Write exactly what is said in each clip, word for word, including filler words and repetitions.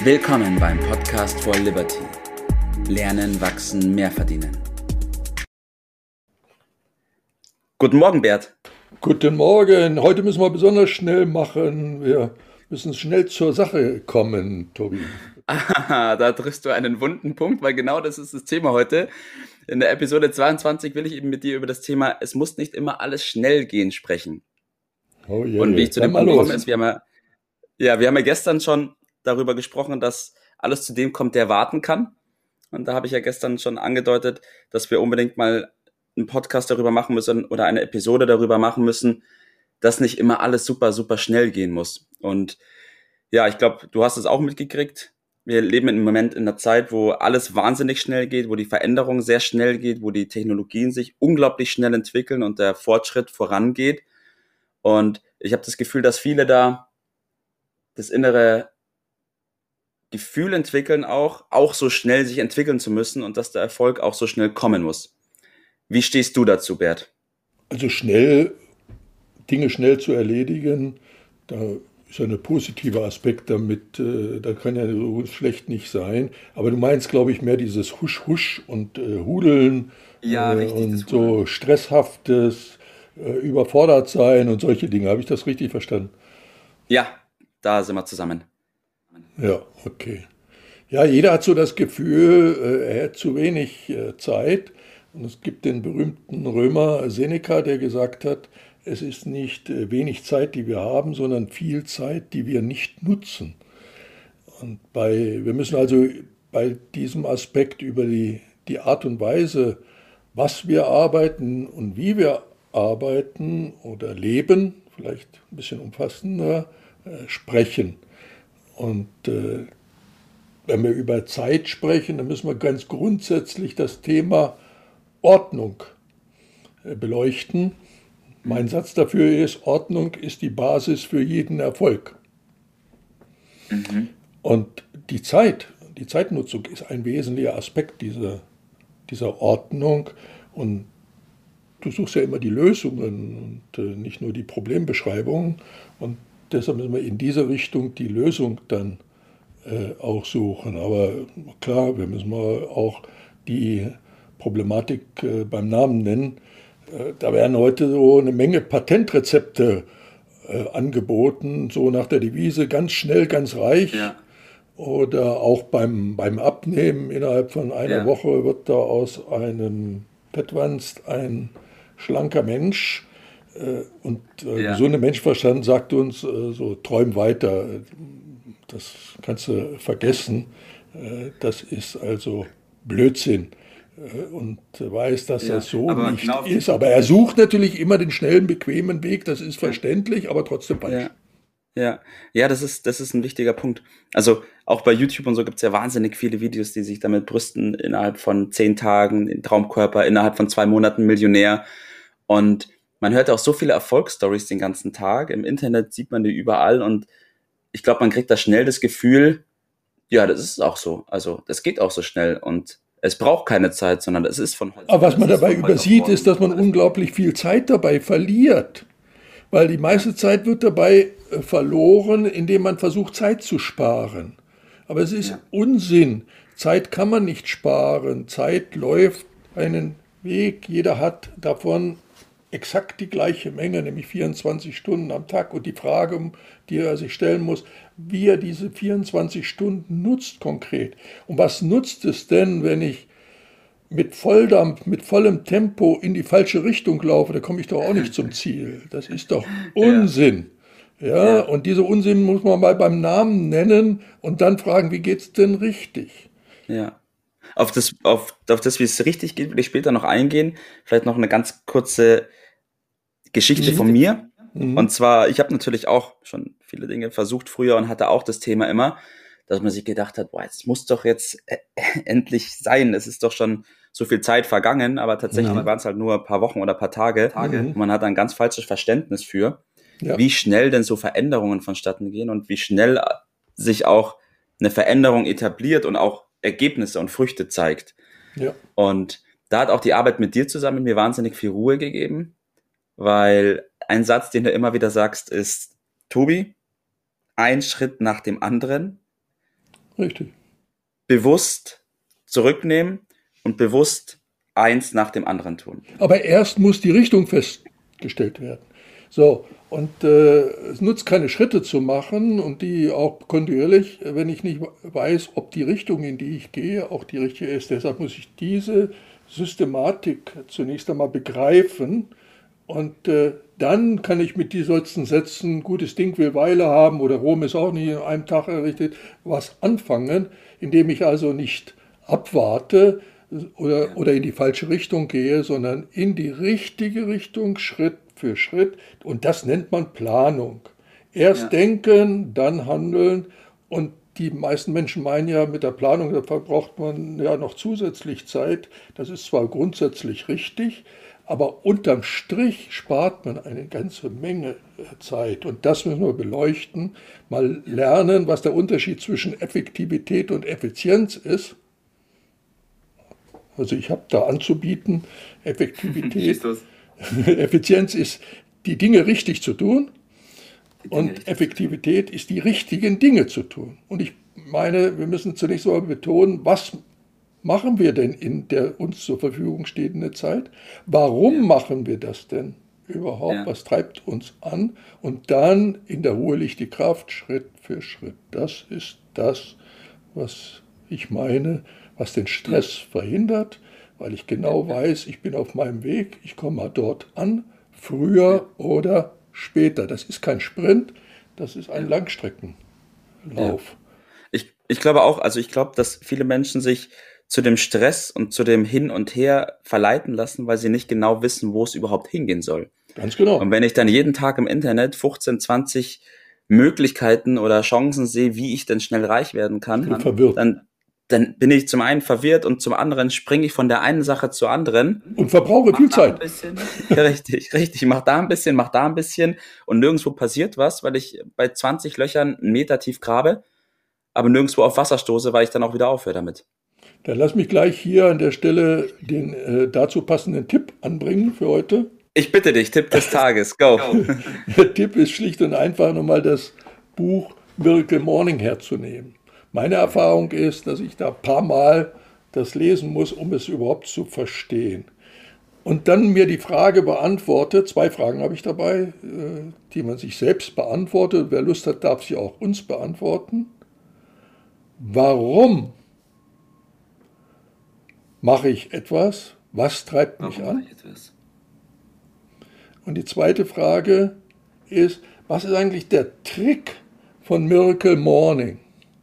Willkommen beim Podcast for Liberty. Lernen, wachsen, mehr verdienen. Guten Morgen, Bert. Guten Morgen. Heute müssen wir besonders schnell machen. Wir müssen schnell zur Sache kommen, Tobi. Ah, da triffst du einen wunden Punkt, weil genau das ist das Thema heute. In der Episode zweiundzwanzig will ich eben mit dir über das Thema "Es muss nicht immer alles schnell gehen" sprechen. Oh je, Und wie je. ich zu Dann dem mal Punkt los. komme, ist, wir haben ja, ja, wir haben ja gestern schon darüber gesprochen, dass alles zu dem kommt, der warten kann. Und da habe ich ja gestern schon angedeutet, dass wir unbedingt mal einen Podcast darüber machen müssen oder eine Episode darüber machen müssen, dass nicht immer alles super, super schnell gehen muss. Und ja, ich glaube, du hast es auch mitgekriegt. Wir leben im Moment in einer Zeit, wo alles wahnsinnig schnell geht, wo die Veränderung sehr schnell geht, wo die Technologien sich unglaublich schnell entwickeln und der Fortschritt vorangeht. Und ich habe das Gefühl, dass viele da das innere Gefühl entwickeln auch, auch so schnell sich entwickeln zu müssen und dass der Erfolg auch so schnell kommen muss. Wie stehst du dazu, Bert? Also schnell, Dinge schnell zu erledigen, da ist ja ein positiver Aspekt damit, äh, da kann ja so schlecht nicht sein. Aber du meinst, glaube ich, mehr dieses Husch-Husch und äh, Hudeln äh, Ja, richtig, das und so Hudeln. stresshaftes, äh, überfordert sein und solche Dinge. Habe ich das richtig verstanden? Ja, da sind wir zusammen. Ja, okay. Ja, jeder hat so das Gefühl, äh, er hat zu wenig äh, Zeit. Und es gibt den berühmten Römer Seneca, der gesagt hat, es ist nicht äh, wenig Zeit, die wir haben, sondern viel Zeit, die wir nicht nutzen. Und bei, wir müssen also bei diesem Aspekt über die, die Art und Weise, was wir arbeiten und wie wir arbeiten oder leben, vielleicht ein bisschen umfassender, äh, sprechen. Und äh, wenn wir über Zeit sprechen, dann müssen wir ganz grundsätzlich das Thema Ordnung äh, beleuchten. Mein Satz dafür ist, Ordnung ist die Basis für jeden Erfolg. Mhm. Und die Zeit, die Zeitnutzung ist ein wesentlicher Aspekt dieser, dieser Ordnung. Und du suchst ja immer die Lösungen und äh, nicht nur die Problembeschreibungen. Und deshalb müssen wir in diese Richtung die Lösung dann äh, auch suchen. Aber klar, wir müssen mal auch die Problematik äh, beim Namen nennen. Äh, da werden heute so eine Menge Patentrezepte äh, angeboten, so nach der Devise ganz schnell, ganz reich. Ja, Oder auch beim, beim Abnehmen innerhalb von einer ja, Woche wird da aus einem Fettwanst ein schlanker Mensch. Äh, Und äh, ja, gesunder Menschenverstand sagt uns, äh, so träum weiter, das kannst du vergessen. Äh, Das ist also Blödsinn. Äh, Und weiß, dass ja. das so Aber nicht genau auf ist. diesen Aber er Punkt. sucht natürlich immer den schnellen, bequemen Weg, das ist Ja, verständlich, aber trotzdem falsch. ja, ja. Ja, das ist, das ist ein wichtiger Punkt. Also auch bei YouTube und so gibt es ja wahnsinnig viele Videos, die sich damit brüsten, innerhalb von zehn Tagen den Traumkörper, innerhalb von zwei Monaten Millionär. Und man hört auch so viele Erfolgsstories den ganzen Tag. Im Internet sieht man die überall und ich glaube, man kriegt da schnell das Gefühl, ja, das ist auch so. Also, das geht auch so schnell und es braucht keine Zeit, sondern es ist von heute, Aber was es man ist dabei von heute auf übersieht, ist, morgen dass man alles möglich. unglaublich viel Zeit dabei verliert. Weil die Ja, meiste Zeit wird dabei äh, verloren, indem man versucht, Zeit zu sparen. Aber es ist ja, Unsinn. Zeit kann man nicht sparen. Zeit läuft einen Weg. Jeder hat davon exakt die gleiche Menge, nämlich vierundzwanzig Stunden am Tag. Und die Frage, die er sich stellen muss, wie er diese vierundzwanzig Stunden nutzt konkret. Und was nutzt es denn, wenn ich mit Volldampf, mit vollem Tempo in die falsche Richtung laufe, da komme ich doch auch nicht zum Ziel. Das ist doch ja, Unsinn. Ja, ja, und diese Unsinn muss man mal beim Namen nennen und dann fragen, wie geht's denn richtig? ja. Auf das, auf, auf das, wie es richtig geht, will ich später noch eingehen. Vielleicht noch eine ganz kurze Geschichte von Mhm. mir. Und Mhm. zwar, ich habe natürlich auch schon viele Dinge versucht früher und hatte auch das Thema immer, dass man sich gedacht hat, boah, es muss doch jetzt äh, endlich sein. Es ist doch schon so viel Zeit vergangen, aber tatsächlich Mhm. waren es halt nur ein paar Wochen oder ein paar Tage. Mhm. Und man hat ein ganz falsches Verständnis für, Ja, wie schnell denn so Veränderungen vonstatten gehen und wie schnell sich auch eine Veränderung etabliert und auch Ergebnisse und Früchte zeigt. ja. Und da hat auch die Arbeit mit dir zusammen mir wahnsinnig viel Ruhe gegeben, weil ein Satz, den du immer wieder sagst, ist: Tobi, ein Schritt nach dem anderen. Richtig. Bewusst zurücknehmen und bewusst eins nach dem anderen tun. Aber erst muss die Richtung festgestellt werden. So, und äh, es nutzt keine Schritte zu machen und die auch kontinuierlich, wenn ich nicht weiß, ob die Richtung, in die ich gehe, auch die richtige ist. Deshalb muss ich diese Systematik zunächst einmal begreifen und äh, dann kann ich mit diesen solchen Sätzen, gutes Ding will Weile haben oder Rom ist auch nicht in einem Tag errichtet, was anfangen, indem ich also nicht abwarte oder, oder in die falsche Richtung gehe, sondern in die richtige Richtung, Schritt für Schritt. Und das nennt man Planung. Erst ja. denken, dann handeln. Und die meisten Menschen meinen ja, mit der Planung, da verbraucht man ja noch zusätzlich Zeit. Das ist zwar grundsätzlich richtig, aber unterm Strich spart man eine ganze Menge Zeit. Und das müssen wir beleuchten, mal lernen, was der Unterschied zwischen Effektivität und Effizienz ist. Also ich habe da anzubieten, Effektivität. Effizienz ist, die Dinge richtig zu tun und Effektivität ist, die richtigen Dinge zu tun. Und ich meine, wir müssen zunächst mal betonen, was machen wir denn in der uns zur Verfügung stehenden Zeit? Warum ja. machen wir das denn überhaupt? Ja. Was treibt uns an? Und dann in der Ruhe liegt die Kraft, Schritt für Schritt. Das ist das, was ich meine, was den Stress ja. verhindert, weil ich genau weiß, ich bin auf meinem Weg, ich komme mal dort an, früher ja. oder später. Das ist kein Sprint, das ist ein ja. Langstreckenlauf. Ja. Ich, ich glaube auch, also ich glaube, dass viele Menschen sich zu dem Stress und zu dem Hin und Her verleiten lassen, weil sie nicht genau wissen, wo es überhaupt hingehen soll. Ganz genau. Und wenn ich dann jeden Tag im Internet fünfzehn, zwanzig Möglichkeiten oder Chancen sehe, wie ich denn schnell reich werden kann, bin verwirrt. dann dann bin ich zum einen verwirrt und zum anderen springe ich von der einen Sache zur anderen. Und verbrauche viel Zeit. richtig, richtig. Mach da ein bisschen, mach da ein bisschen und nirgendwo passiert was, weil ich bei zwanzig Löchern einen Meter tief grabe, aber nirgendwo auf Wasser stoße, weil ich dann auch wieder aufhöre damit. Dann lass mich gleich hier an der Stelle den äh, dazu passenden Tipp anbringen für heute. Ich bitte dich, Tipp des Tages, go. Der Tipp ist schlicht und einfach nochmal das Buch Miracle Morning herzunehmen. Meine Erfahrung ist, dass ich da ein paar Mal das lesen muss, um es überhaupt zu verstehen. Und dann mir die Frage beantworte, zwei Fragen habe ich dabei, die man sich selbst beantwortet. Wer Lust hat, darf sie auch uns beantworten. Warum mache ich etwas? Was treibt mich an? Und die zweite Frage ist, was ist eigentlich der Trick von Miracle Morning?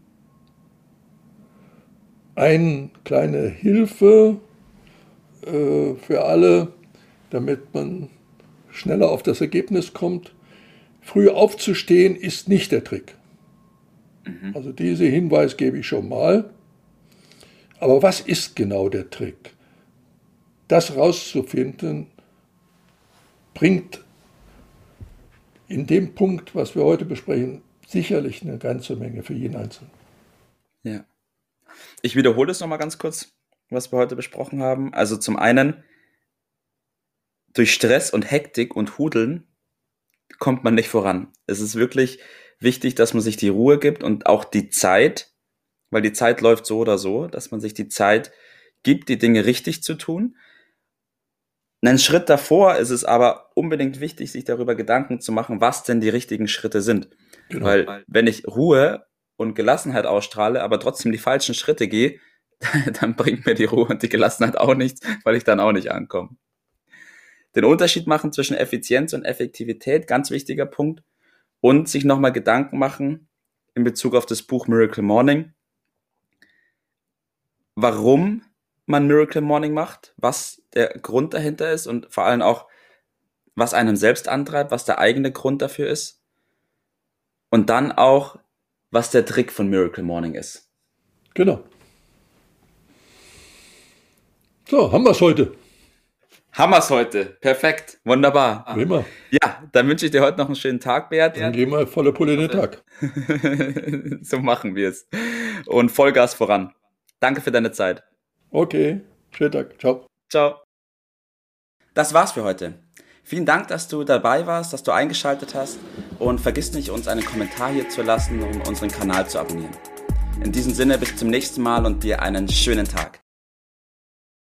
Eine kleine Hilfe äh, für alle, damit man schneller auf das Ergebnis kommt. Früh aufzustehen ist nicht der Trick. Mhm. Also diesen Hinweis gebe ich schon mal. Aber was ist genau der Trick? Das rauszufinden, bringt in dem Punkt, was wir heute besprechen, sicherlich eine ganze Menge für jeden Einzelnen. Ja. Ich wiederhole es nochmal ganz kurz, was wir heute besprochen haben. Also zum einen, durch Stress und Hektik und Hudeln kommt man nicht voran. Es ist wirklich wichtig, dass man sich die Ruhe gibt und auch die Zeit, weil die Zeit läuft so oder so, dass man sich die Zeit gibt, die Dinge richtig zu tun. Einen Schritt davor ist es aber unbedingt wichtig, sich darüber Gedanken zu machen, was denn die richtigen Schritte sind. Genau. Weil wenn ich Ruhe und Gelassenheit ausstrahle, aber trotzdem die falschen Schritte gehe, dann bringt mir die Ruhe und die Gelassenheit auch nichts, weil ich dann auch nicht ankomme. Den Unterschied machen zwischen Effizienz und Effektivität, ganz wichtiger Punkt. Und sich nochmal Gedanken machen in Bezug auf das Buch Miracle Morning, warum man Miracle Morning macht, was der Grund dahinter ist und vor allem auch, was einem selbst antreibt, was der eigene Grund dafür ist. Und dann auch, was der Trick von Miracle Morning ist. Genau. So, haben wir es heute. Haben wir es heute. Perfekt. Wunderbar. Wie immer. Ja, dann wünsche ich dir heute noch einen schönen Tag, Bert. Dann gehen wir volle Pulle in den Tag. So machen wir es. Und Vollgas voran. Danke für deine Zeit. Okay. Schönen Tag. Ciao. Ciao. Das war's für heute. Vielen Dank, dass du dabei warst, dass du eingeschaltet hast und vergiss nicht, uns einen Kommentar hier zu lassen und unseren Kanal zu abonnieren. In diesem Sinne, bis zum nächsten Mal und dir einen schönen Tag.